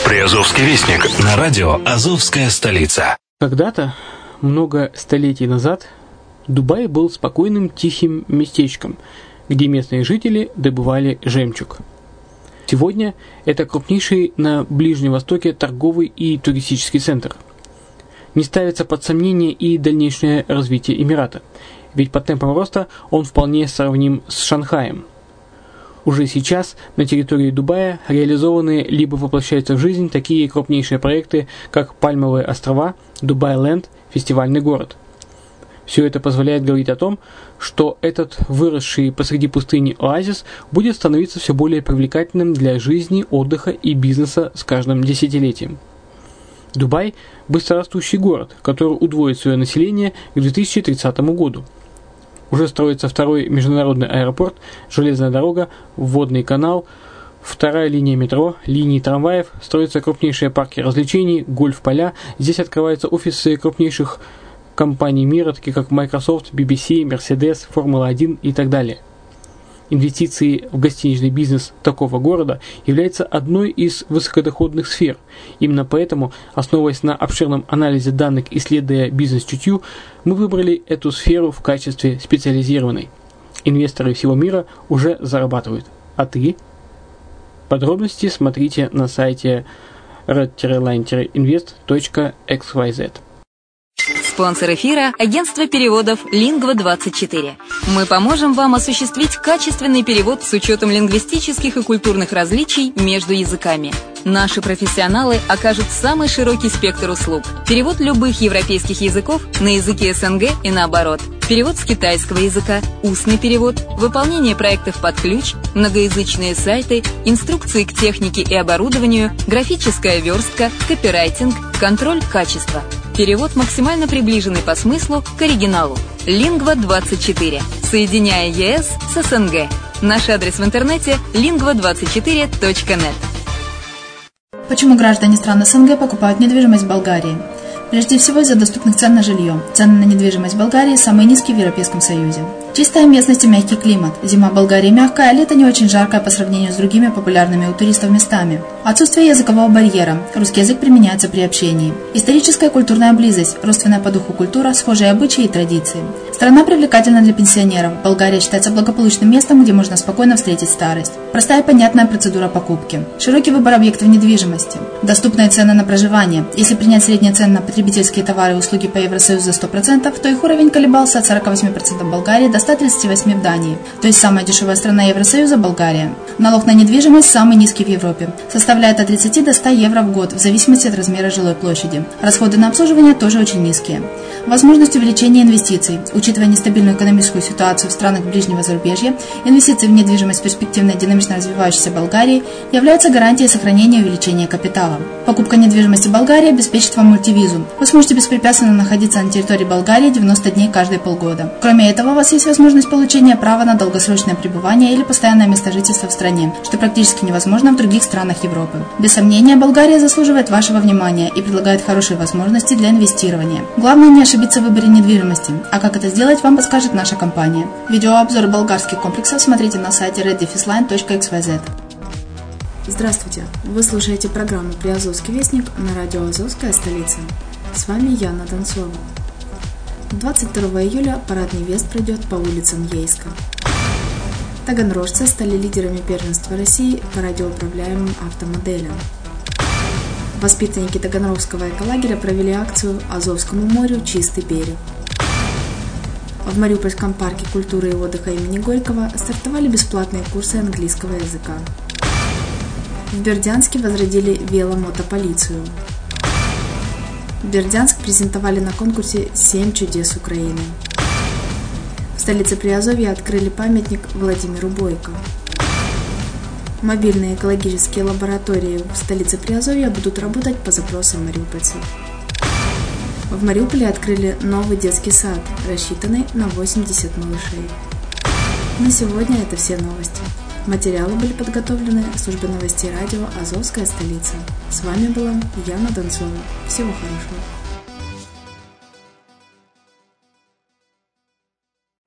Приазовский вестник на радио «Азовская столица». Когда-то, много столетий назад, Дубай был спокойным тихим местечком, где местные жители добывали жемчуг. Сегодня это крупнейший на Ближнем Востоке торговый и туристический центр. Не ставится под сомнение и дальнейшее развитие Эмирата, ведь по темпам роста он вполне сравним с Шанхаем. Уже сейчас на территории Дубая реализованы либо воплощаются в жизнь такие крупнейшие проекты, как Пальмовые острова, Дубай-Ленд, фестивальный город. Все это позволяет говорить о том, что этот выросший посреди пустыни оазис будет становиться все более привлекательным для жизни, отдыха и бизнеса с каждым десятилетием. Дубай – быстрорастущий город, который удвоит свое население к 2030 году. Уже строится второй международный аэропорт, железная дорога, водный канал, вторая линия метро, линии трамваев, строятся крупнейшие парки развлечений, гольф-поля. Здесь открываются офисы крупнейших компаний мира, таких как Microsoft, BBC, Mercedes, Формула-1 и так далее. Инвестиции в гостиничный бизнес такого города являются одной из высокодоходных сфер. Именно поэтому, основываясь на обширном анализе данных, исследуя бизнес-чутью, мы выбрали эту сферу в качестве специализированной. Инвесторы всего мира уже зарабатывают. А ты? Подробности смотрите на сайте red-line-invest.xyz. Спонсор эфира – агентство переводов Lingva24. Мы поможем вам осуществить качественный перевод с учетом лингвистических и культурных различий между языками. Наши профессионалы окажут самый широкий спектр услуг. Перевод любых европейских языков на языки СНГ и наоборот. Перевод с китайского языка, устный перевод, выполнение проектов под ключ, многоязычные сайты, инструкции к технике и оборудованию, графическая верстка, копирайтинг, контроль качества. Перевод максимально приближенный по смыслу к оригиналу. Lingva24. Соединяя ЕС с СНГ. Наш адрес в интернете lingva24.net. Почему граждане стран СНГ покупают недвижимость в Болгарии? Прежде всего из-за доступных цен на жилье. Цены на недвижимость в Болгарии самые низкие в Европейском Союзе. Чистая местность и мягкий климат. Зима в Болгарии мягкая, а лето не очень жаркое по сравнению с другими популярными у туристов местами. Отсутствие языкового барьера. Русский язык применяется при общении. Историческая и культурная близость. Родственная по духу культура, схожие обычаи и традиции. Страна привлекательна для пенсионеров. Болгария считается благополучным местом, где можно спокойно встретить старость. Простая и понятная процедура покупки. Широкий выбор объектов недвижимости. Доступные цены на проживание. Если принять средние цены на потребительские товары и услуги по Евросоюзу за 100%, то их уровень колебался от 48% в Болгарии до 138% в Дании. То есть самая дешевая страна Евросоюза – Болгария. Налог на недвижимость самый низкий в Европе. Составляет от 30 до 100 евро в год, в зависимости от размера жилой площади. Расходы на обслуживание тоже очень низкие. Возможность увеличения инвестиций. Учитывая нестабильную экономическую ситуацию в странах ближнего зарубежья, инвестиции в недвижимость в перспективной динамично развивающейся Болгарии являются гарантией сохранения и увеличения капитала. Покупка недвижимости в Болгарии обеспечит вам мультивизу. Вы сможете беспрепятственно находиться на территории Болгарии 90 дней каждые полгода. Кроме этого, у вас есть возможность получения права на долгосрочное пребывание или постоянное место жительства в стране, что практически невозможно в других странах Европы. Без сомнения, Болгария заслуживает вашего внимания и предлагает хорошие возможности для инвестирования. Главное не ошибиться в выборе недвижимости, а как это сделать, вам подскажет наша компания. Видеообзор болгарских комплексов смотрите на сайте red-line.xyz. Здравствуйте! Вы слушаете программу «Приазовский вестник» на радио «Азовская столица». С вами Яна Донцова. 22 июля парад невест пройдет по улицам Ейска. Таганрожцы стали лидерами первенства России по радиоуправляемым автомоделям. Воспитанники Таганрогского эколагеря провели акцию «Азовскому морю чистый берег». В Мариупольском парке культуры и отдыха имени Горького стартовали бесплатные курсы английского языка. В Бердянске возродили веломотополицию. Бердянск презентовали на конкурсе «7 чудес Украины». В столице Приазовья открыли памятник Владимиру Бойко. Мобильные экологические лаборатории в столице Приазовья будут работать по запросам мариупольцев. В Мариуполе открыли новый детский сад, рассчитанный на 80 малышей. На сегодня это все новости. Материалы были подготовлены службой новостей радио «Азовская столица». С вами была Яна Донцова. Всего хорошего.